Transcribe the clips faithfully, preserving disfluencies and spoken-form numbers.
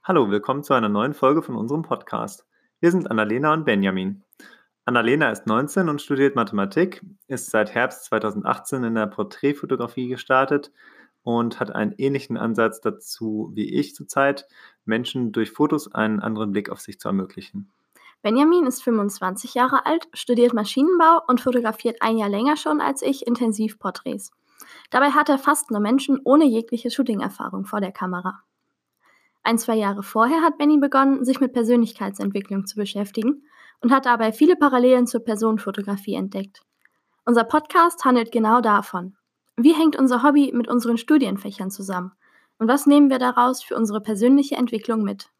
Hallo, willkommen zu einer neuen Folge von unserem Podcast. Wir sind Annalena und Benjamin. Annalena ist neunzehn und studiert Mathematik, ist seit Herbst zweitausendachtzehn in der Porträtfotografie gestartet und hat einen ähnlichen Ansatz dazu wie ich zurzeit, Menschen durch Fotos einen anderen Blick auf sich zu ermöglichen. Benjamin ist fünfundzwanzig Jahre alt, studiert Maschinenbau und fotografiert ein Jahr länger schon als ich intensiv Porträts. Dabei hat er fast nur Menschen ohne jegliche Shooting-Erfahrung vor der Kamera. Ein, zwei Jahre vorher hat Benny begonnen, sich mit Persönlichkeitsentwicklung zu beschäftigen und hat dabei viele Parallelen zur Personenfotografie entdeckt. Unser Podcast handelt genau davon. Wie hängt unser Hobby mit unseren Studienfächern zusammen? Und was nehmen wir daraus für unsere persönliche Entwicklung mit?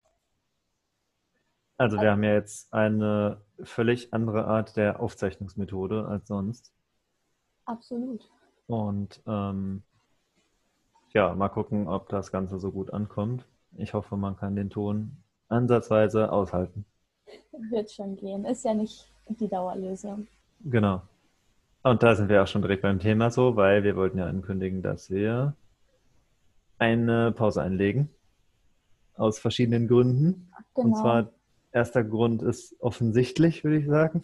Also wir haben ja jetzt eine völlig andere Art der Aufzeichnungsmethode als sonst. Absolut. Und ähm, ja, mal gucken, ob das Ganze so gut ankommt. Ich hoffe, man kann den Ton ansatzweise aushalten. Wird schon gehen. Ist ja nicht die Dauerlösung. Genau. Und da sind wir auch schon direkt beim Thema so, weil wir wollten ja ankündigen, dass wir eine Pause einlegen. Aus verschiedenen Gründen. Genau. Und zwar, erster Grund ist offensichtlich, würde ich sagen.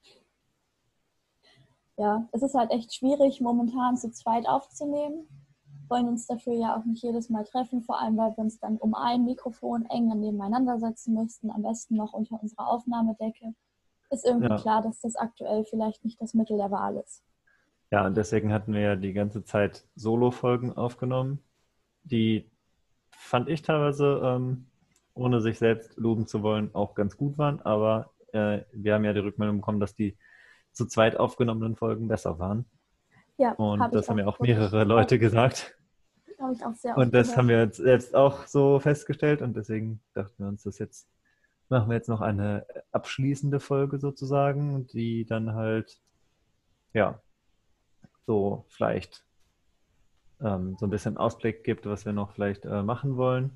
Ja, es ist halt echt schwierig, momentan zu zweit aufzunehmen. Wir wollen uns dafür ja auch nicht jedes Mal treffen, vor allem, weil wir uns dann um ein Mikrofon eng nebeneinander setzen müssten, am besten noch unter unserer Aufnahmedecke. Ist irgendwie Ja. klar, dass das aktuell vielleicht nicht das Mittel der Wahl ist. Ja, und deswegen hatten wir ja die ganze Zeit Solo-Folgen aufgenommen, die fand ich teilweise, ähm, ohne sich selbst loben zu wollen, auch ganz gut waren. Aber äh, wir haben ja die Rückmeldung bekommen, dass die zu zweit aufgenommenen Folgen besser waren. Ja, Und hab das ich haben ja auch auch mehrere wirklich- Leute gesagt. Habe ich auch sehr oft Und das gehört. haben wir jetzt selbst auch so festgestellt. Und deswegen dachten wir uns, das jetzt machen wir jetzt noch eine abschließende Folge sozusagen, die dann halt, ja, so vielleicht ähm, so ein bisschen Ausblick gibt, was wir noch vielleicht äh, machen wollen.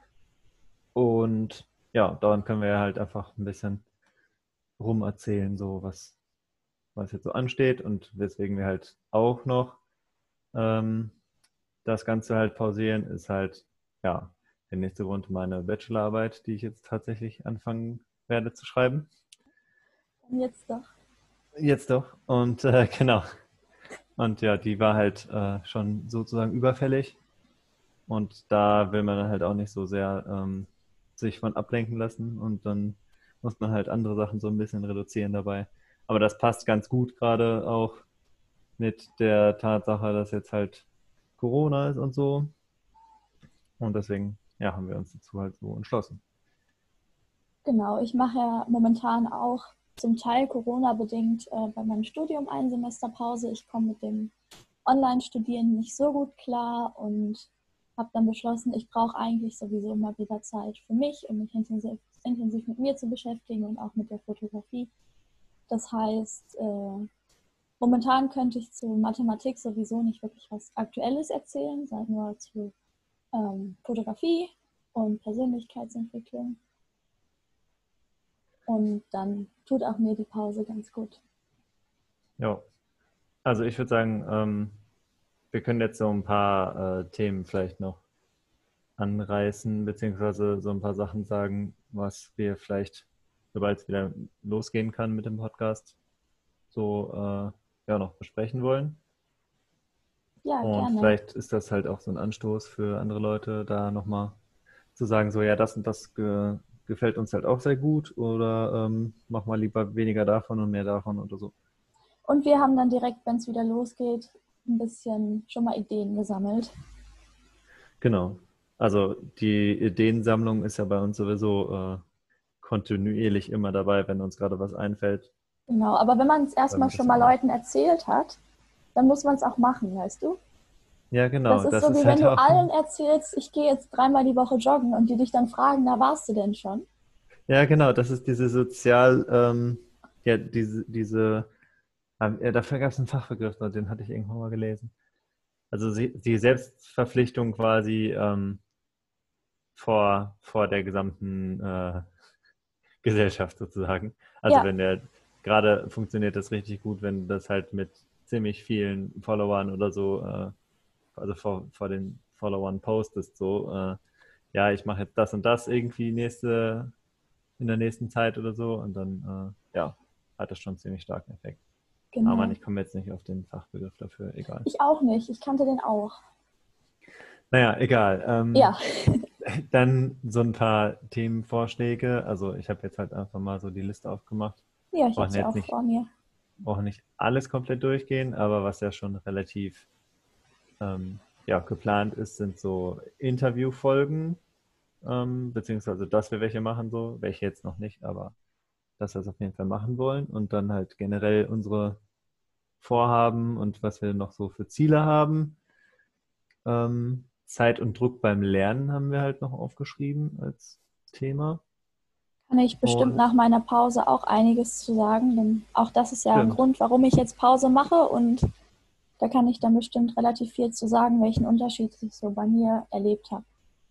Und ja, daran können wir ja halt einfach ein bisschen rumerzählen, so was, was jetzt so ansteht und weswegen wir halt auch noch ähm, das Ganze halt pausieren, ist halt, ja, der nächste Grund meine Bachelorarbeit, die ich jetzt tatsächlich anfangen werde zu schreiben. Und jetzt doch. Jetzt doch. Und äh, genau. Und ja, die war halt äh, schon sozusagen überfällig. Und da will man dann halt auch nicht so sehr ähm, sich von ablenken lassen. Und dann muss man halt andere Sachen so ein bisschen reduzieren dabei. Aber das passt ganz gut gerade auch mit der Tatsache, dass jetzt halt Corona ist und so. Und deswegen, ja, haben wir uns dazu halt so entschlossen. Genau, ich mache ja momentan auch zum Teil Corona-bedingt äh, bei meinem Studium eine Semesterpause. Ich komme mit dem Online-Studieren nicht so gut klar und habe dann beschlossen, ich brauche eigentlich sowieso mal wieder Zeit für mich, um mich intensiv, intensiv mit mir zu beschäftigen und auch mit der Fotografie. Das heißt, äh, momentan könnte ich zu Mathematik sowieso nicht wirklich was Aktuelles erzählen, sondern nur zu ähm, Fotografie und Persönlichkeitsentwicklung. Und dann tut auch mir die Pause ganz gut. Ja, also ich würde sagen, ähm, wir können jetzt so ein paar äh, Themen vielleicht noch anreißen, beziehungsweise so ein paar Sachen sagen, was wir vielleicht, sobald es wieder losgehen kann mit dem Podcast, so äh, ja noch besprechen wollen. Ja, Und gerne. vielleicht ist das halt auch so ein Anstoß für andere Leute, da nochmal zu sagen, so ja, das und das ge gefällt uns halt auch sehr gut oder ähm, mach mal lieber weniger davon und mehr davon oder so. Und wir haben dann direkt, wenn es wieder losgeht, ein bisschen schon mal Ideen gesammelt. Genau. Also die Ideensammlung ist ja bei uns sowieso äh, kontinuierlich immer dabei, wenn uns gerade was einfällt. Genau, aber wenn man es Weil erstmal wir schon das mal ja- Leuten erzählt hat, dann muss man es auch machen, weißt du? Ja, genau. Das ist Das so, wie ist wenn halt du auch. allen erzählst, ich gehe jetzt dreimal die Woche joggen und die dich dann fragen, na warst du denn schon? Ja, genau. Das ist diese sozial, ähm, ja, diese, diese, ähm, ja, dafür gab es einen Fachbegriff, den hatte ich irgendwann mal gelesen. Also sie, die Selbstverpflichtung quasi ähm, vor, vor der gesamten äh, Gesellschaft sozusagen. Also Ja, wenn der, gerade funktioniert das richtig gut, wenn das halt mit ziemlich vielen Followern oder so, äh, also vor, vor den Followern postest, so, äh, ja, ich mache jetzt das und das irgendwie nächste, in der nächsten Zeit oder so und dann, äh, ja, hat das schon einen ziemlich starken Effekt. Genau. Aber ich komme jetzt nicht auf den Fachbegriff dafür, egal. Ich auch nicht, ich kannte den auch. Naja, egal. Ähm, Ja. Dann so ein paar Themenvorschläge. Also ich habe jetzt halt einfach mal so die Liste aufgemacht. Ja, ich Brauchen habe sie jetzt auch nicht, vor mir. brauchen nicht alles komplett durchgehen, aber was ja schon relativ ähm, ja, geplant ist, sind so Interviewfolgen, ähm, beziehungsweise dass wir welche machen, so, welche jetzt noch nicht, aber dass wir es auf jeden Fall machen wollen und dann halt generell unsere Vorhaben und was wir noch so für Ziele haben. Ähm, Zeit und Druck beim Lernen haben wir halt noch aufgeschrieben als Thema. Kann ich bestimmt Und nach meiner Pause auch einiges zu sagen, denn auch das ist ja ein stimmt. Grund, warum ich jetzt Pause mache und da kann ich dann bestimmt relativ viel zu sagen, welchen Unterschied ich so bei mir erlebt habe.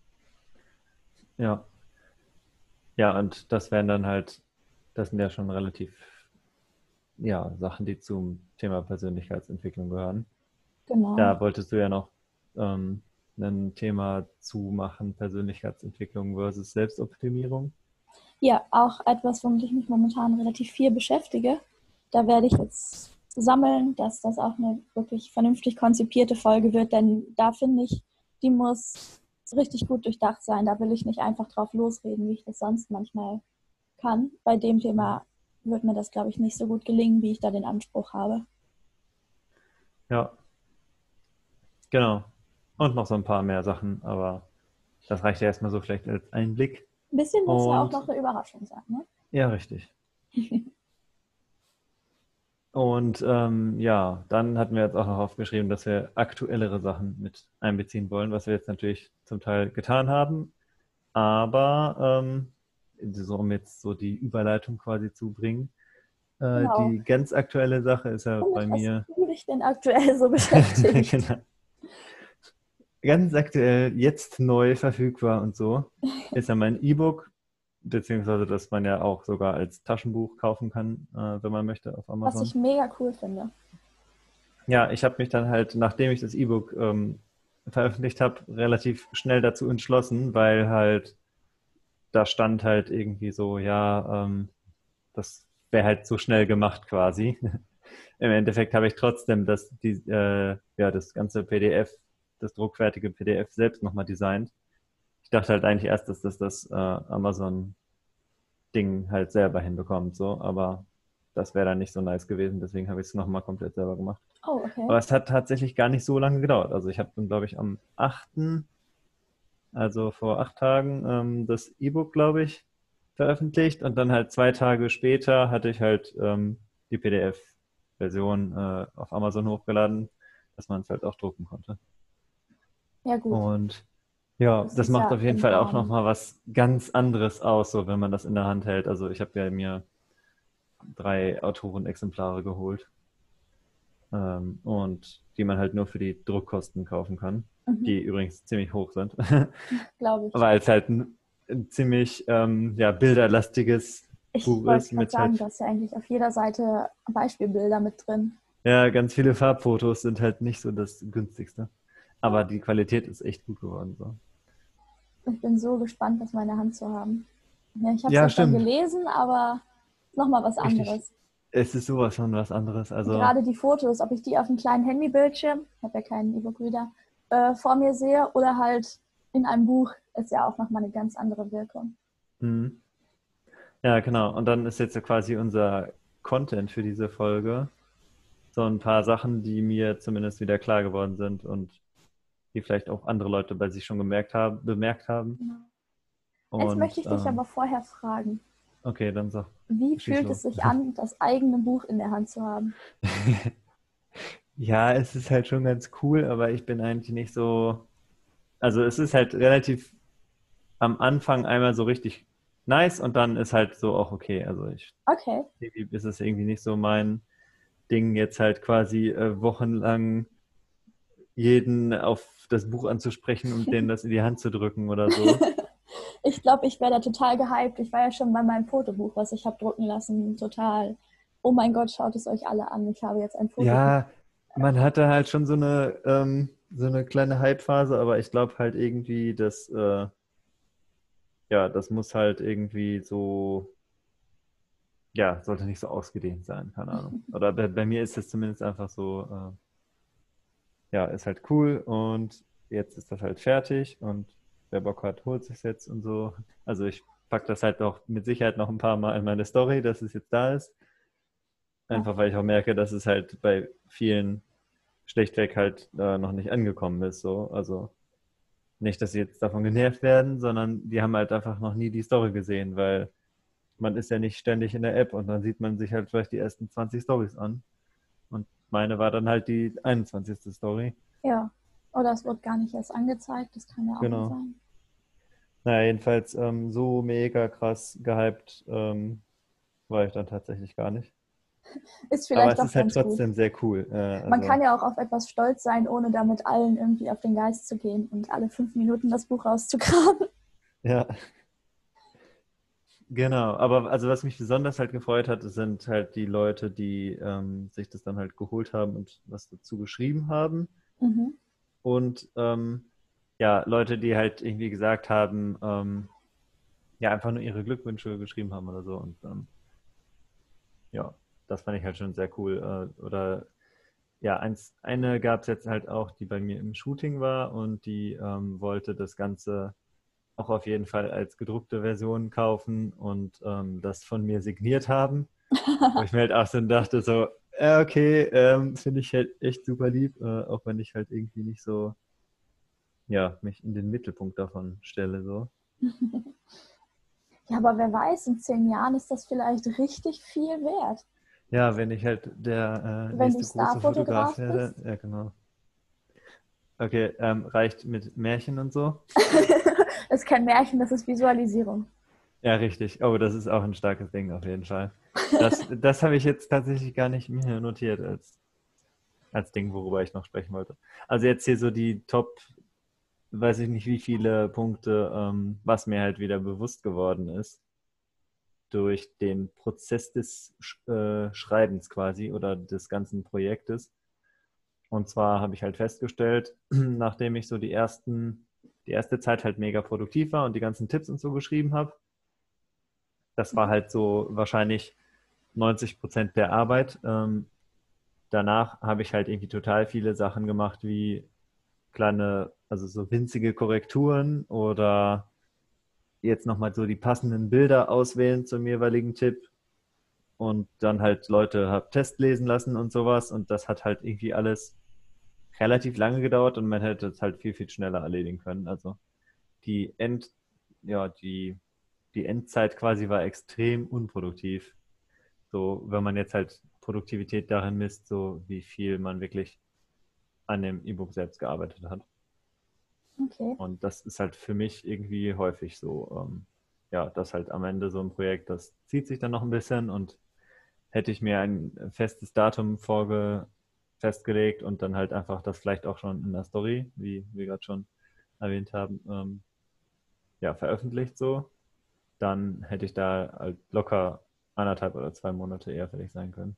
Ja. Ja, und das wären dann halt, das sind ja schon relativ, ja, Sachen, die zum Thema Persönlichkeitsentwicklung gehören. Genau. Da wolltest du ja noch ähm, ein Thema zu machen, Persönlichkeitsentwicklung versus Selbstoptimierung. Ja, auch etwas, womit ich mich momentan relativ viel beschäftige. Da werde ich jetzt sammeln, dass das auch eine wirklich vernünftig konzipierte Folge wird, denn da finde ich, die muss richtig gut durchdacht sein. Da will ich nicht einfach drauf losreden, wie ich das sonst manchmal kann. Bei dem Thema wird mir das, glaube ich, nicht so gut gelingen, wie ich da den Anspruch habe. Ja, genau. Und noch so ein paar mehr Sachen, aber das reicht ja erstmal so vielleicht als Einblick. Ein bisschen muss ja auch Und noch eine Überraschung sein, ne? ja, richtig. Und ähm, ja, dann hatten wir jetzt auch noch aufgeschrieben, dass wir aktuellere Sachen mit einbeziehen wollen, was wir jetzt natürlich zum Teil getan haben. Aber ähm, so, um jetzt so die Überleitung quasi zu bringen, äh, Genau. die ganz aktuelle Sache ist ja Womit bei mir. hast du dich denn aktuell so beschäftigt? Genau. Ganz aktuell, jetzt neu verfügbar und so, ist ja mein E-Book, beziehungsweise das man ja auch sogar als Taschenbuch kaufen kann, äh, wenn man möchte, auf Was Amazon. ich mega cool finde. Ja, ich habe mich dann halt, nachdem ich das E-Book ähm, veröffentlicht habe, relativ schnell dazu entschlossen, weil halt da stand halt irgendwie so, ja, ähm, das wäre halt so schnell gemacht quasi. Im Endeffekt habe ich trotzdem das, die, äh, ja, das ganze P D F, das druckfertige P D F selbst nochmal designt. Ich dachte halt eigentlich erst, dass das das äh, Amazon-Ding halt selber hinbekommt, so, aber das wäre dann nicht so nice gewesen, deswegen habe ich es nochmal komplett selber gemacht. Oh, okay. Aber es hat tatsächlich gar nicht so lange gedauert. Also ich habe dann, glaube ich, am achten, also vor acht Tagen, ähm, das E-Book, glaube ich, veröffentlicht und dann halt zwei Tage später hatte ich halt ähm, die P D F-Version äh, auf Amazon hochgeladen, dass man es halt auch drucken konnte. Ja, gut. Und ja, Das das ist macht ja auf jeden im Fall auch Rahmen. nochmal was ganz anderes aus, so wenn man das in der Hand hält. Also ich habe ja mir drei Autorenexemplare geholt ähm, und die man halt nur für die Druckkosten kaufen kann, Mhm. die übrigens ziemlich hoch sind, Glaube ich. weil es halt ein, ein ziemlich ähm, ja, bilderlastiges Ich Buch wollte ist gerade mit sagen, halt, du hast ja eigentlich auf jeder Seite Beispielbilder mit drin. ja, ganz viele Farbfotos sind halt nicht so das günstigste. Aber Ja. die Qualität ist echt gut geworden. So. Ich bin so gespannt, das mal in der Hand zu haben. Ja, ich habe es Ja, jetzt dann stimmt. gelesen, aber nochmal was Richtig. anderes. Es ist sowas von was anderes. Also, Gerade die Fotos, ob ich die auf einem kleinen Handybildschirm, ich habe ja keinen E-Book-Reader, äh, vor mir sehe oder halt in einem Buch, ist ja auch nochmal eine ganz andere Wirkung. mhm. Ja, genau. Und dann ist jetzt ja quasi unser Content für diese Folge so ein paar Sachen, die mir zumindest wieder klar geworden sind und die vielleicht auch andere Leute bei sich schon gemerkt haben, bemerkt haben. Genau. Jetzt Und möchte ich dich ähm, aber vorher fragen, okay, dann sag, wie schieß fühlt los. es sich an, das eigene Buch in der Hand zu haben? Ja, es ist halt schon ganz cool, aber ich bin eigentlich nicht so. Also es ist halt relativ am Anfang einmal so richtig nice und dann ist halt so auch okay. Also ich Okay. irgendwie ist es irgendwie nicht so mein Ding, jetzt halt quasi äh, wochenlang jeden auf das Buch anzusprechen und denen das in die Hand zu drücken oder so. Ich glaube, ich wäre da total gehypt. Ich war ja schon bei meinem Fotobuch, was ich habe drucken lassen, total. Oh mein Gott, schaut es euch alle an. Ich habe jetzt ein Fotobuch. Ja, man hatte halt schon so eine, ähm, so eine kleine Hype-Phase, aber ich glaube halt irgendwie, dass, äh, ja, das muss halt irgendwie so, ja, sollte nicht so ausgedehnt sein, keine Ahnung. Oder bei, bei mir ist es zumindest einfach so, äh, ja, ist halt cool und jetzt ist das halt fertig und wer Bock hat, holt sich jetzt und so. Also ich packe das halt auch mit Sicherheit noch ein paar Mal in meine Story, dass es jetzt da ist. Einfach weil ich auch merke, dass es halt bei vielen schlechtweg halt äh, noch nicht angekommen ist. So. Also nicht, dass sie jetzt davon genervt werden, sondern die haben halt einfach noch nie die Story gesehen, weil man ist ja nicht ständig in der App und dann sieht man sich halt vielleicht die ersten zwanzig Stories an. Und meine war dann halt die einundzwanzigste Story. Ja, oder es wird gar nicht erst angezeigt, das kann ja auch Genau. sein. Naja, jedenfalls ähm, so mega krass gehypt ähm, war ich dann tatsächlich gar nicht. Ist Aber vielleicht es auch ist halt ganz trotzdem gut. sehr cool. Äh, also, Man kann ja auch auf etwas stolz sein, ohne damit allen irgendwie auf den Geist zu gehen und alle fünf Minuten das Buch rauszugraben. Ja, genau. Aber also was mich besonders halt gefreut hat, sind halt die Leute, die ähm, sich das dann halt geholt haben und was dazu geschrieben haben. Mhm. Und ähm, ja, Leute, die halt irgendwie gesagt haben, ähm, ja, einfach nur ihre Glückwünsche geschrieben haben oder so. Und ähm, ja, das fand ich halt schon sehr cool. Äh, oder ja, eins, eine gab es jetzt halt auch, die bei mir im Shooting war und die ähm, wollte das Ganze auch auf jeden Fall als gedruckte Version kaufen und ähm, das von mir signiert haben. Wo ich mir halt auch so dachte, so, äh, okay, ähm, finde ich halt echt super lieb, äh, auch wenn ich halt irgendwie nicht so, ja, mich in den Mittelpunkt davon stelle, so. Ja, aber wer weiß, in zehn Jahren ist das vielleicht richtig viel wert, Ja, wenn ich halt der äh, wenn du nächste große Fotograf Starfotograf werde, bist. ja, genau. Okay, ähm, reicht mit Märchen und so? Das ist kein Märchen, das ist Visualisierung. Ja, richtig. Oh, das ist auch ein starkes Ding auf jeden Fall. Das, das habe ich jetzt tatsächlich gar nicht mehr notiert als, als Ding, worüber ich noch sprechen wollte. Also jetzt hier so die Top, weiß ich nicht wie viele Punkte, ähm, was mir halt wieder bewusst geworden ist durch den Prozess des äh, Schreibens quasi oder des ganzen Projektes. Und zwar habe ich halt festgestellt, nachdem ich so die ersten, die erste Zeit halt mega produktiv war und die ganzen Tipps und so geschrieben habe, das war halt so wahrscheinlich neunzig Prozent der Arbeit. Ähm, danach habe ich halt irgendwie total viele Sachen gemacht, wie kleine, also so winzige Korrekturen oder jetzt nochmal so die passenden Bilder auswählen zum jeweiligen Tipp und dann halt Leute hab Test lesen lassen und sowas und das hat halt irgendwie alles relativ lange gedauert und man hätte es halt viel, viel schneller erledigen können. Also die End, ja, die, die Endzeit quasi war extrem unproduktiv. So, wenn man jetzt halt Produktivität darin misst, so wie viel man wirklich an dem E-Book selbst gearbeitet hat. Okay. Und das ist halt für mich irgendwie häufig so, ähm, ja, dass halt am Ende so ein Projekt, das zieht sich dann noch ein bisschen und hätte ich mir ein festes Datum vorge festgelegt und dann halt einfach das vielleicht auch schon in der Story, wie wir gerade schon erwähnt haben, ähm, ja, veröffentlicht so, dann hätte ich da halt locker anderthalb oder zwei Monate eher fertig sein können.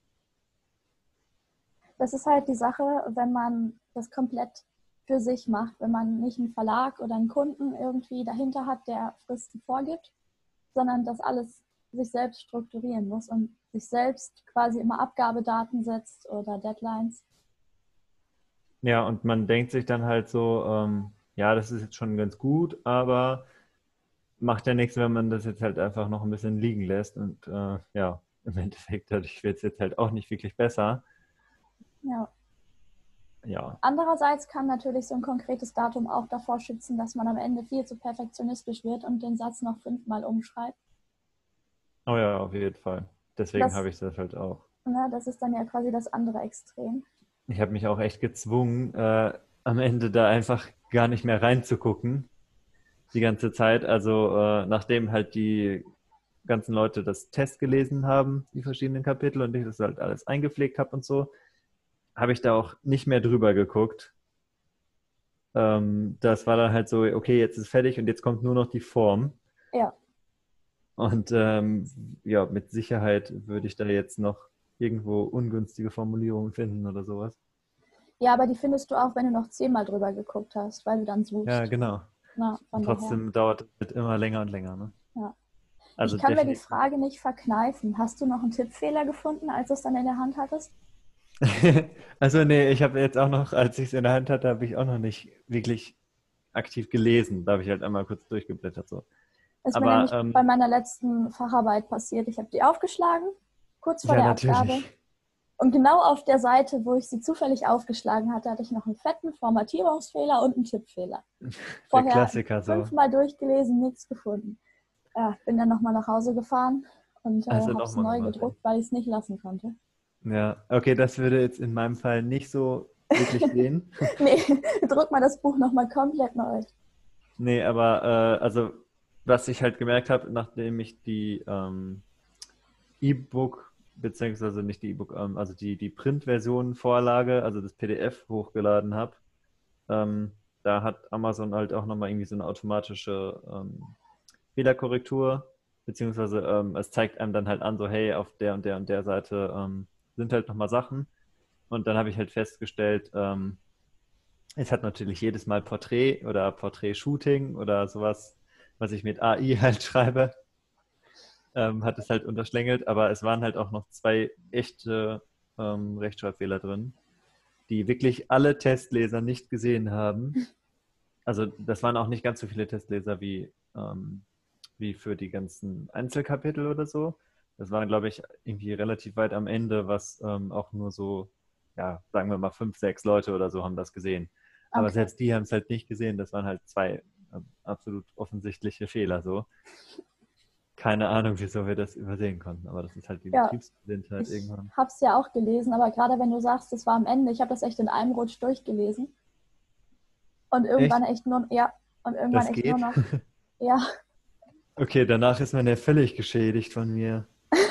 Das ist halt die Sache, wenn man das komplett für sich macht, wenn man nicht einen Verlag oder einen Kunden irgendwie dahinter hat, der Fristen vorgibt, sondern das alles sich selbst strukturieren muss und sich selbst quasi immer Abgabedaten setzt oder Deadlines. Ja, und man denkt sich dann halt so, ähm, ja, das ist jetzt schon ganz gut, aber macht ja nichts, wenn man das jetzt halt einfach noch ein bisschen liegen lässt. Und äh, ja, im Endeffekt dadurch wird es jetzt halt auch nicht wirklich besser. Ja. Ja. Andererseits kann natürlich so ein konkretes Datum auch davor schützen, dass man am Ende viel zu perfektionistisch wird und den Satz noch fünfmal umschreibt. Oh ja, auf jeden Fall. Deswegen Das, habe ich das halt auch. ne, das ist dann ja quasi das andere Extrem. Ich habe mich auch echt gezwungen, äh, am Ende da einfach gar nicht mehr reinzugucken, die ganze Zeit. Also äh, nachdem halt die ganzen Leute das Test gelesen haben, die verschiedenen Kapitel, und ich das halt alles eingepflegt habe und so, habe ich da auch nicht mehr drüber geguckt. Ähm, das war dann halt so, okay, jetzt ist fertig und jetzt kommt nur noch die Form. Ja. Und ähm, ja, mit Sicherheit würde ich da jetzt noch irgendwo ungünstige Formulierungen finden oder sowas. Ja, aber die findest du auch, wenn du noch zehnmal drüber geguckt hast, weil du dann Ja, suchst. genau. Na, von Und daher. trotzdem dauert es halt immer länger und länger. Ne? Ja. Also Ich kann mir die definitiv. Frage nicht verkneifen. Hast du noch einen Tippfehler gefunden, als du es dann in der Hand hattest? Also nee, ich habe jetzt auch noch, als ich es in der Hand hatte, habe ich auch noch nicht wirklich aktiv gelesen. Da habe ich halt einmal kurz durchgeblättert. So. Das ist mir Aber nämlich bei ähm, meiner letzten Facharbeit passiert. Ich habe die aufgeschlagen, kurz vor ja, der Abgabe. natürlich. Und genau auf der Seite, wo ich sie zufällig aufgeschlagen hatte, hatte ich noch einen fetten Formatierungsfehler und einen Tippfehler. Der Vorher Klassiker so. fünfmal durchgelesen, nichts gefunden. Ja, bin dann nochmal nach Hause gefahren und äh, Also habe es nochmal neu gemacht. gedruckt, weil ich es nicht lassen konnte. Ja, okay, das würde jetzt in meinem Fall nicht so wirklich gehen. Nee, druck mal das Buch nochmal komplett neu. Nee, aber äh, also was ich halt gemerkt habe, nachdem ich die ähm, E-Book, beziehungsweise nicht die E-Book, ähm, also die, die Print-Version Vorlage, also das P D F hochgeladen habe, ähm, da hat Amazon halt auch nochmal irgendwie so eine automatische ähm, Fehlerkorrektur, beziehungsweise ähm, es zeigt einem dann halt an, so hey, auf der und der und der Seite ähm, sind halt nochmal Sachen. Und dann habe ich halt festgestellt, ähm, es hat natürlich jedes Mal Porträt oder Porträt-Shooting oder sowas, was ich mit A I halt schreibe, ähm, hat es halt unterschlängelt, aber es waren halt auch noch zwei echte ähm, Rechtschreibfehler drin, die wirklich alle Testleser nicht gesehen haben. Also das waren auch nicht ganz so viele Testleser wie, ähm, wie für die ganzen Einzelkapitel oder so. Das waren, glaube ich, irgendwie relativ weit am Ende, was ähm, auch nur so, ja, sagen wir mal fünf, sechs Leute oder so haben das gesehen. Aber Okay. selbst die haben es halt nicht gesehen. Das waren halt zwei ähm, absolut offensichtliche Fehler so. Keine Ahnung, wieso wir das übersehen konnten, aber das ist halt die Ja, Betriebsblindheit ich irgendwann. habe es ja auch gelesen, aber gerade wenn du sagst, es war am Ende, ich habe das echt in einem Rutsch durchgelesen. Und irgendwann Echt? echt nur, ja, und irgendwann Das echt nur geht? noch, ja. Okay, danach ist man ja völlig geschädigt von mir.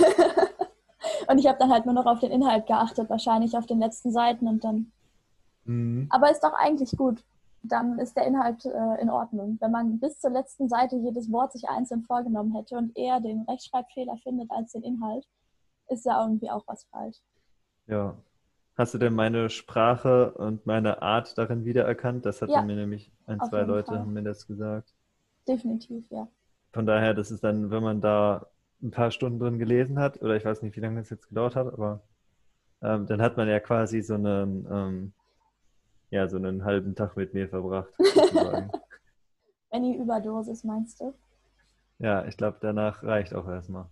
Und ich habe dann halt nur noch auf den Inhalt geachtet, wahrscheinlich auf den letzten Seiten und dann. Mhm. Aber ist doch eigentlich gut. Dann ist der Inhalt äh, in Ordnung. Wenn man bis zur letzten Seite jedes Wort sich einzeln vorgenommen hätte und eher den Rechtschreibfehler findet als den Inhalt, ist ja irgendwie auch was falsch. Ja. Hast du denn meine Sprache und meine Art darin wiedererkannt? Das hatte Ja, mir nämlich ein, auf zwei jeden Leute Fall. haben mir das gesagt. Definitiv, ja. Von daher, das ist dann, wenn man da ein paar Stunden drin gelesen hat, oder ich weiß nicht, wie lange das jetzt gedauert hat, aber ähm, dann hat man ja quasi so einen, ähm, ja, so einen halben Tag mit mir verbracht, sozusagen. Wenn die Überdosis, meinst du? Ja, ich glaube, danach reicht auch erstmal.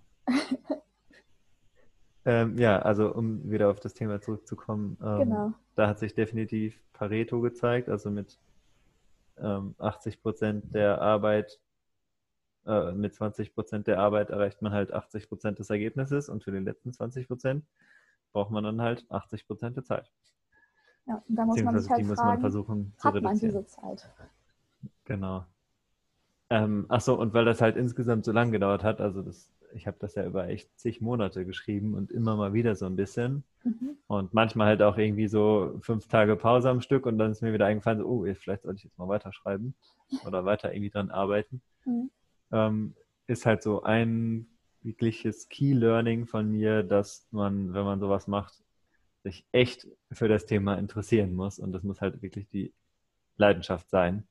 Ähm, ja, also um wieder auf das Thema zurückzukommen, ähm, Genau. da hat sich definitiv Pareto gezeigt, also mit ähm, achtzig Prozent der Arbeit, äh, mit zwanzig Prozent der Arbeit erreicht man halt achtzig Prozent des Ergebnisses und für die letzten zwanzig Prozent braucht man dann halt achtzig Prozent der Zeit. Ja, und da muss man sich Beziehungsweise die halt muss man fragen, versuchen zu hat man reduzieren. diese Zeit? Genau. Ähm, ach so, und weil das halt insgesamt so lang gedauert hat, also das, ich habe das ja über echt zig Monate geschrieben und immer mal wieder so ein bisschen. Mhm. Und manchmal halt auch irgendwie so fünf Tage Pause am Stück und dann ist mir wieder eingefallen, so, oh, vielleicht sollte ich jetzt mal weiterschreiben oder weiter irgendwie dran arbeiten. Mhm. Ähm, ist halt so ein wirkliches Key Learning von mir, dass man, wenn man sowas macht, sich echt für das Thema interessieren muss und das muss halt wirklich die Leidenschaft sein.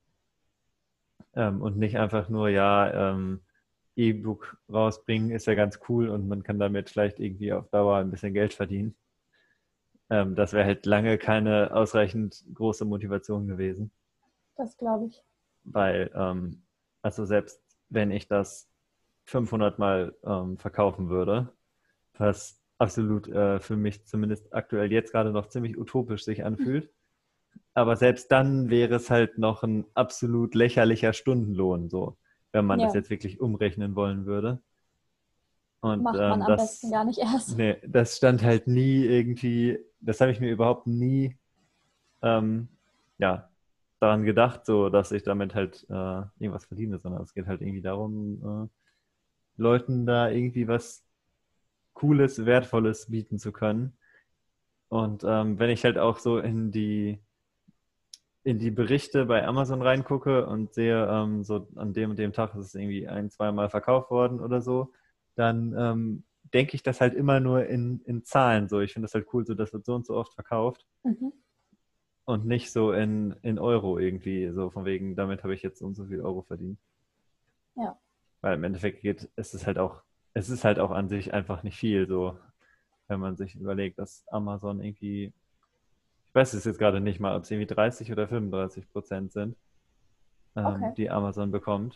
Ähm, und nicht einfach nur, ja, ähm, E-Book rausbringen ist ja ganz cool und man kann damit vielleicht irgendwie auf Dauer ein bisschen Geld verdienen. Ähm, das wäre halt lange keine ausreichend große Motivation gewesen, Das glaube ich. weil, ähm, also selbst wenn ich das fünfhundert Mal ähm, verkaufen würde, was absolut äh, für mich zumindest aktuell jetzt gerade noch ziemlich utopisch sich anfühlt, aber selbst dann wäre es halt noch ein absolut lächerlicher Stundenlohn, so, wenn man das Ja, jetzt wirklich umrechnen wollen würde. Und macht man ähm, am besten das, gar nicht erst. nee, das stand halt nie irgendwie, das habe ich mir überhaupt nie ähm, ja, daran gedacht, so dass ich damit halt äh, irgendwas verdiene, sondern es geht halt irgendwie darum, äh, Leuten da irgendwie was Cooles, Wertvolles bieten zu können. Und ähm, wenn ich halt auch so in die in die Berichte bei Amazon reingucke und sehe, ähm, so an dem und dem Tag ist es irgendwie ein, zweimal verkauft worden oder so, dann ähm, denke ich das halt immer nur in, in Zahlen so. Ich finde das halt cool, so das wird so und so oft verkauft. Mhm. und nicht so in, in Euro irgendwie, so von wegen, damit habe ich jetzt so und so viel Euro verdient. Ja. Weil im Endeffekt geht, es ist halt auch, es ist halt auch an sich einfach nicht viel, so, wenn man sich überlegt, dass Amazon irgendwie, ich weiß es jetzt gerade nicht mal, ob es irgendwie dreißig oder fünfunddreißig Prozent sind, Okay. ähm, die Amazon bekommt.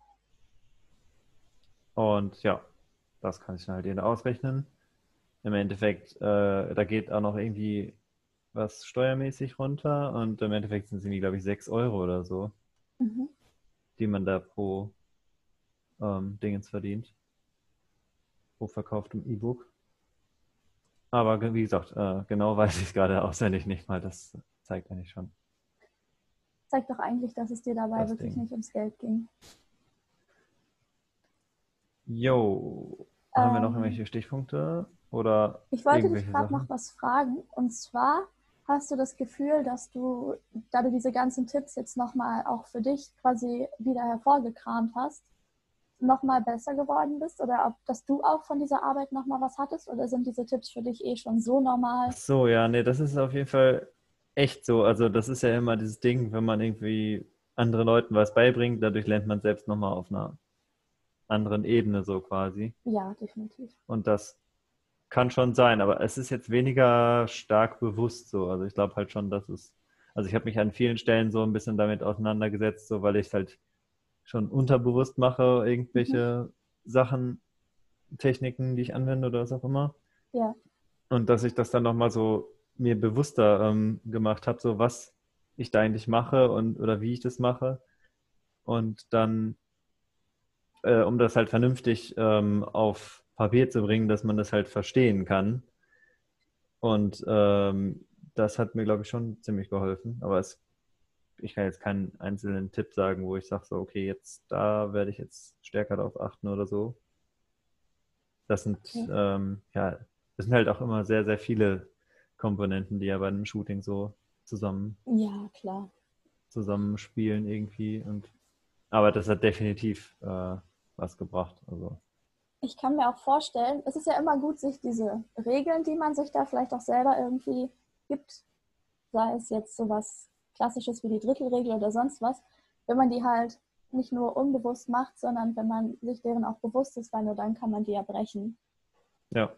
Und ja, das kann sich dann halt jeder ausrechnen. Im Endeffekt, äh, da geht auch noch irgendwie was steuermäßig runter und im Endeffekt sind es irgendwie, glaube ich, sechs Euro oder so, Mhm. die man da pro ähm, Dingens verdient, pro verkauftem E-Book. Aber ge- wie gesagt, äh, genau weiß ich es gerade auswendig nicht mal. Das zeigt eigentlich schon Zeigt doch eigentlich, dass es dir dabei das wirklich Ding. nicht ums Geld ging. Jo, haben wir noch Ähm, irgendwelche Stichpunkte oder Ich wollte dich irgendwelche gerade noch Sachen? was fragen. Und zwar hast du das Gefühl, dass du, da du diese ganzen Tipps jetzt nochmal auch für dich quasi wieder hervorgekramt hast, nochmal besser geworden bist? Oder ob, dass du auch von dieser Arbeit nochmal was hattest? Oder sind diese Tipps für dich eh schon so Ach normal? so, ja, nee, das ist auf jeden Fall echt so. Also das ist ja immer dieses Ding, wenn man irgendwie anderen Leuten was beibringt, dadurch lernt man selbst nochmal auf einer anderen Ebene so quasi. Ja, definitiv. Und das kann schon sein, aber es ist jetzt weniger stark bewusst so. Also ich glaube halt schon, dass es, also ich habe mich an vielen Stellen so ein bisschen damit auseinandergesetzt, so weil ich es halt schon unterbewusst mache, Mhm. irgendwelche Sachen, Techniken, die ich anwende oder was auch immer. Ja, Und dass ich das dann nochmal so mir bewusster ähm, gemacht habe, so was ich da eigentlich mache und oder wie ich das mache. Und dann, äh, um das halt vernünftig ähm, auf Papier zu bringen, dass man das halt verstehen kann. Und ähm, das hat mir, glaube ich, schon ziemlich geholfen. Aber es, ich kann jetzt keinen einzelnen Tipp sagen, wo ich sage, so, okay, jetzt da werde ich jetzt stärker darauf achten oder so. Das sind, okay. ähm, ja, das sind halt auch immer sehr, sehr viele Komponenten, die ja bei einem Shooting so zusammen, Ja, klar. zusammenspielen irgendwie. Und, aber das hat definitiv äh, was gebracht. Also, Ich kann mir auch vorstellen, es ist ja immer gut, sich diese Regeln, die man sich da vielleicht auch selber irgendwie gibt, sei es jetzt sowas Klassisches wie die Drittelregel oder sonst was, wenn man die halt nicht nur unbewusst macht, sondern wenn man sich deren auch bewusst ist, weil nur dann kann man die ja brechen. ja.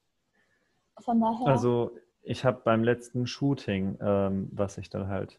Von daher, Also ich habe beim letzten Shooting, ähm, was ich dann halt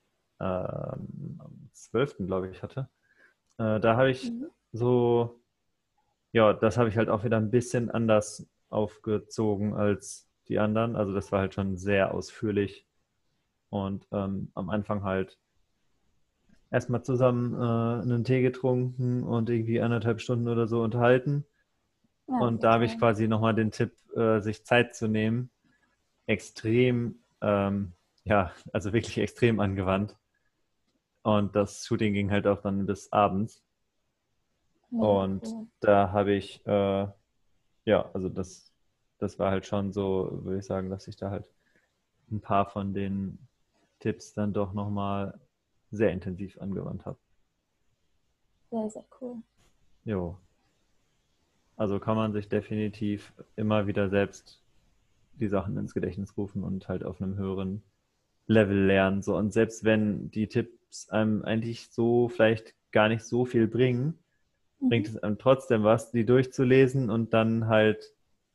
ähm, am zwölften glaube ich, hatte, äh, da habe ich mhm. so, ja, das habe ich halt auch wieder ein bisschen anders aufgezogen als die anderen. Also das war halt schon sehr ausführlich und ähm, am Anfang halt erstmal zusammen äh, einen Tee getrunken und irgendwie anderthalb Stunden oder so unterhalten. Ja, Und sehr da habe ich toll. quasi nochmal den Tipp, äh, sich Zeit zu nehmen, extrem, ähm, ja, also wirklich extrem angewandt. Und das Shooting ging halt auch dann bis abends. Mega Und cool. da habe ich, äh, ja, also das, das war halt schon so, würde ich sagen, dass ich da halt ein paar von den Tipps dann doch nochmal sehr intensiv angewandt habe. Sehr, sehr cool. Jo. Also kann man sich definitiv immer wieder selbst die Sachen ins Gedächtnis rufen und halt auf einem höheren Level lernen. So. Und selbst wenn die Tipps einem eigentlich so vielleicht gar nicht so viel bringen, Mhm. bringt es einem trotzdem was, die durchzulesen und dann halt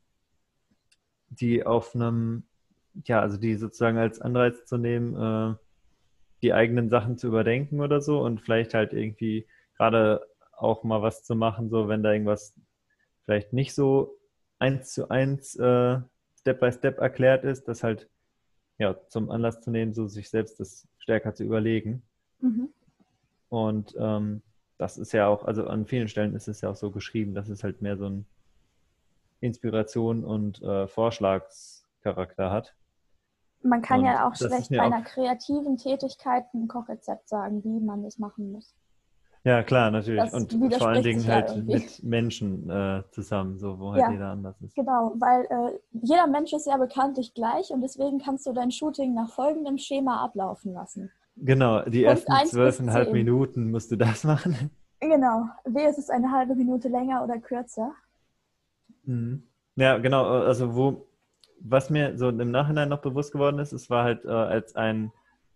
die auf einem, ja, also die sozusagen als Anreiz zu nehmen, äh, die eigenen Sachen zu überdenken oder so und vielleicht halt irgendwie gerade auch mal was zu machen, so wenn da irgendwas vielleicht nicht so eins zu eins äh, Step by Step erklärt ist, das halt ja zum Anlass zu nehmen, so sich selbst das stärker zu überlegen. Mhm. Und ähm, das ist ja auch, also an vielen Stellen ist es ja auch so geschrieben, dass es halt mehr so ein Inspiration und äh, Vorschlagscharakter hat. Man kann Und ja auch das ist schlecht bei mir auch, einer kreativen Tätigkeit ein Kochrezept sagen, wie man das machen muss. ja klar, natürlich. Das Und vor allen widerspricht sich Dingen ja halt irgendwie. mit Menschen äh, zusammen, so wo halt Ja, jeder anders ist. genau, weil äh, jeder Mensch ist ja bekanntlich gleich und deswegen kannst du dein Shooting nach folgendem Schema ablaufen lassen. Genau, die Punkt ersten eins bis zwölfeinhalb zehn. Minuten musst du das machen. Genau. Wehe, es ist eine halbe Minute länger oder kürzer. Mhm. Ja, genau. Also wo, was mir so im Nachhinein noch bewusst geworden ist, es war halt äh, als ein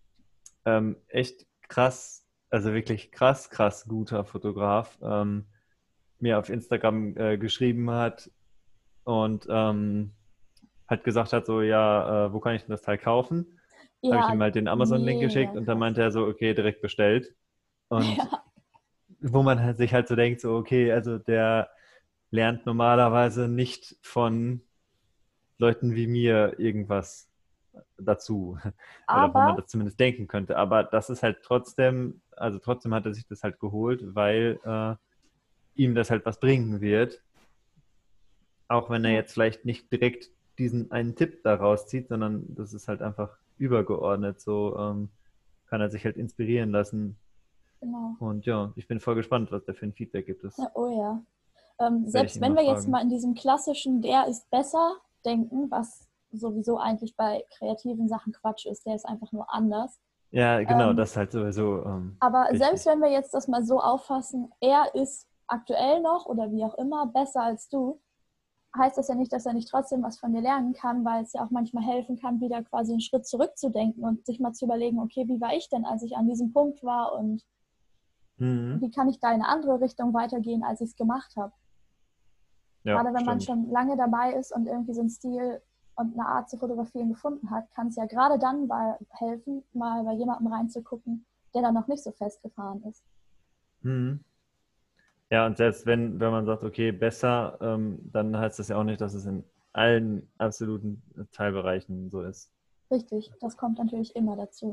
ähm, echt krass, also wirklich krass, krass guter Fotograf, ähm, mir auf Instagram äh, geschrieben hat und ähm, halt gesagt hat, so, ja, äh, wo kann ich denn das Teil kaufen? Habe ich Ja, ihm halt den Amazon-Link geschickt mega und dann krass. meinte er so, okay, direkt bestellt. Und Ja, wo man halt sich halt so denkt, so, okay, also der lernt normalerweise nicht von Leuten wie mir irgendwas dazu. Oder wo man aber das zumindest denken könnte. Aber das ist halt trotzdem, also trotzdem hat er sich das halt geholt, weil äh, ihm das halt was bringen wird. Auch wenn er ja, jetzt vielleicht nicht direkt diesen einen Tipp daraus zieht, sondern das ist halt einfach übergeordnet. So ähm, kann er sich halt inspirieren lassen. genau. Und ja, ich bin voll gespannt, was der für ein Feedback gibt. Das Ja, oh ja. Ähm, werde ich selbst ihn wenn mal wir jetzt fragen. mal in diesem klassischen Der ist besser denken, was sowieso eigentlich bei kreativen Sachen Quatsch ist, der ist einfach nur anders. Ja, genau, Ähm, das ist halt sowieso ähm, aber selbst wichtig. wenn wir jetzt das mal so auffassen, er ist aktuell noch oder wie auch immer besser als du, heißt das ja nicht, dass er nicht trotzdem was von dir lernen kann, weil es ja auch manchmal helfen kann, wieder quasi einen Schritt zurückzudenken und sich mal zu überlegen, okay, wie war ich denn, als ich an diesem Punkt war und Mhm. wie kann ich da in eine andere Richtung weitergehen, als ich es gemacht habe. Ja, Gerade wenn man stimmt. schon lange dabei ist und irgendwie so einen Stil und eine Art zu fotografieren gefunden hat, kann es ja gerade dann mal helfen, mal bei jemandem reinzugucken, der da noch nicht so festgefahren ist. Mhm. Ja, und selbst wenn, wenn man sagt, okay, besser, ähm, dann heißt das ja auch nicht, dass es in allen absoluten Teilbereichen so ist. Richtig, das kommt natürlich immer dazu.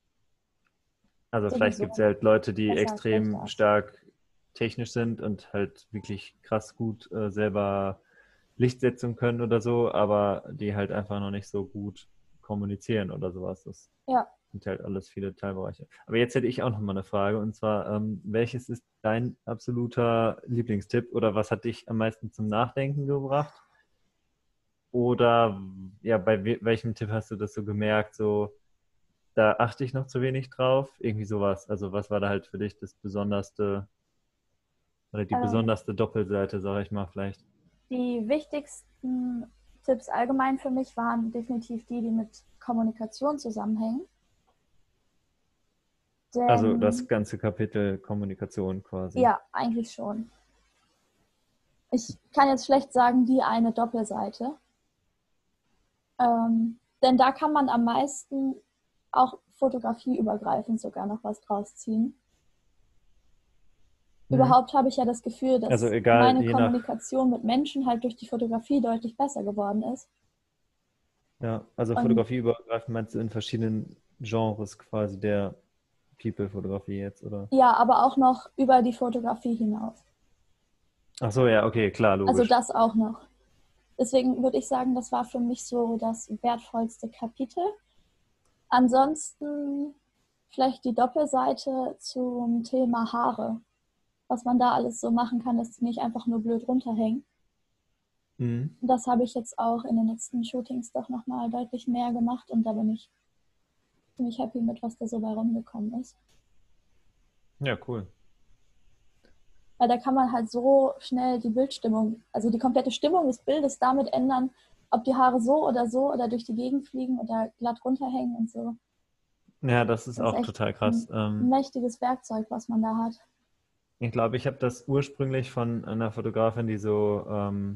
Also vielleicht gibt es Sowieso. ja halt Leute, die Besser als schlechter extrem als. stark technisch sind und halt wirklich krass gut äh, selber Lichtsetzung können oder so, aber die halt einfach noch nicht so gut kommunizieren oder sowas. Das Ja, sind halt alles viele Teilbereiche. Aber jetzt hätte ich auch noch mal eine Frage und zwar, ähm, welches ist dein absoluter Lieblingstipp oder was hat dich am meisten zum Nachdenken gebracht? Oder ja, bei we welchem Tipp hast du das so gemerkt, so da achte ich noch zu wenig drauf? Irgendwie sowas. Also was war da halt für dich das Besonderste oder die ähm, besonderste Doppelseite, sage ich mal vielleicht? die wichtigsten Tipps allgemein für mich waren definitiv die, die mit Kommunikation zusammenhängen. Also das Denn ganze Kapitel Kommunikation quasi. ja, eigentlich schon. Ich kann jetzt schlecht sagen, die eine Doppelseite. Ähm, denn da kann man am meisten auch fotografieübergreifend sogar noch was draus ziehen. Mhm. Überhaupt habe ich ja das Gefühl, Also dass egal, meine je nach, Kommunikation mit Menschen halt durch die Fotografie deutlich besser geworden ist. ja, also Und Fotografie übergreifend meinst du in verschiedenen Genres quasi der People-Fotografie jetzt, oder? ja, aber auch noch über die Fotografie hinaus. Ach so, ja, okay, klar, Also logisch. das auch noch. Deswegen würde ich sagen, das war für mich so das wertvollste Kapitel. Ansonsten vielleicht die Doppelseite zum Thema Haare. Was man da alles so machen kann, dass die nicht einfach nur blöd runterhängen. Mhm. Das habe ich jetzt auch in den letzten Shootings doch nochmal deutlich mehr gemacht und da bin ich ziemlich happy mit, was da so bei rumgekommen ist. Ja, cool. Weil da kann man halt so schnell die Bildstimmung, also die komplette Stimmung des Bildes damit ändern, ob die Haare so oder so oder durch die Gegend fliegen oder glatt runterhängen und so. Ja, das ist Das ist auch echt total krass. ein Ähm, mächtiges Werkzeug, was man da hat. ich glaube, ich habe das ursprünglich von einer Fotografin, die so, ähm,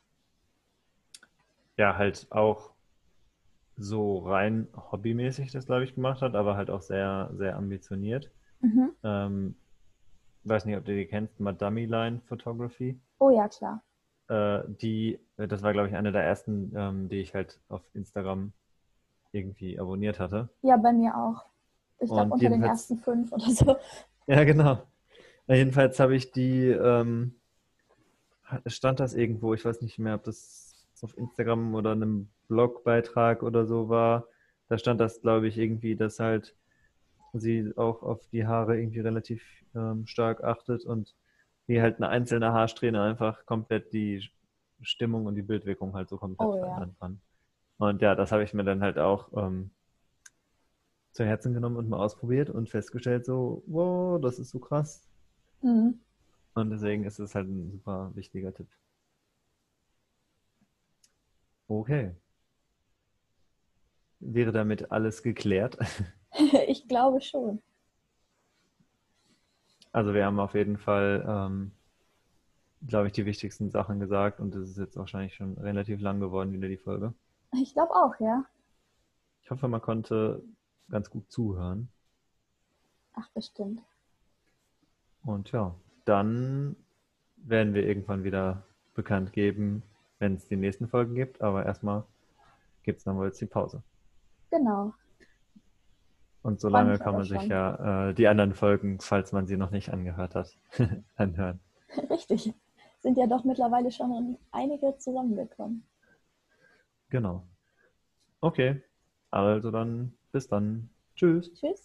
ja, halt auch so rein hobbymäßig das, glaube ich, gemacht hat, aber halt auch sehr, sehr ambitioniert. Mhm. Ähm, weiß nicht, ob du die kennst, Madame Line Photography. Oh ja, klar. Äh, die, das war, glaube ich, eine der ersten, ähm, die ich halt auf Instagram irgendwie abonniert hatte. Ja, bei mir auch. Ich glaube Und unter den jedenfalls, ersten fünf oder so. ja, genau. Jedenfalls habe ich die, ähm, stand das irgendwo, ich weiß nicht mehr, ob das auf Instagram oder einem Blogbeitrag oder so war. Da stand das, glaube ich, irgendwie, dass halt sie auch auf die Haare irgendwie relativ ähm, stark achtet und wie halt eine einzelne Haarsträhne einfach komplett die Stimmung und die Bildwirkung halt so komplett Oh ja. verändern kann. Und ja, das habe ich mir dann halt auch ähm, zu Herzen genommen und mal ausprobiert und festgestellt, so, wow, das ist so krass. Mhm. Und deswegen ist es halt ein super wichtiger Tipp. Okay. wäre damit alles geklärt. Ich glaube schon. Also wir haben auf jeden Fall, ähm, glaube ich, die wichtigsten Sachen gesagt und es ist jetzt wahrscheinlich schon relativ lang geworden, wieder die Folge. Ich glaube auch, ja. Ich hoffe, man konnte ganz gut zuhören. Ach, bestimmt. Und ja, dann werden wir irgendwann wieder bekannt geben, wenn es die nächsten Folgen gibt. Aber erstmal gibt es dann wohl jetzt die Pause. Genau. Und solange Fand ich kann man aber sich schon. ja äh, die anderen Folgen, falls man sie noch nicht angehört hat, anhören. Richtig. Sind ja doch mittlerweile schon einige zusammengekommen. Genau. Okay, also dann bis dann. Tschüss. Tschüss.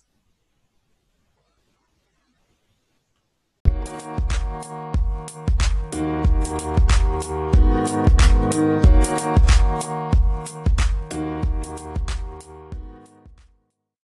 Thank you.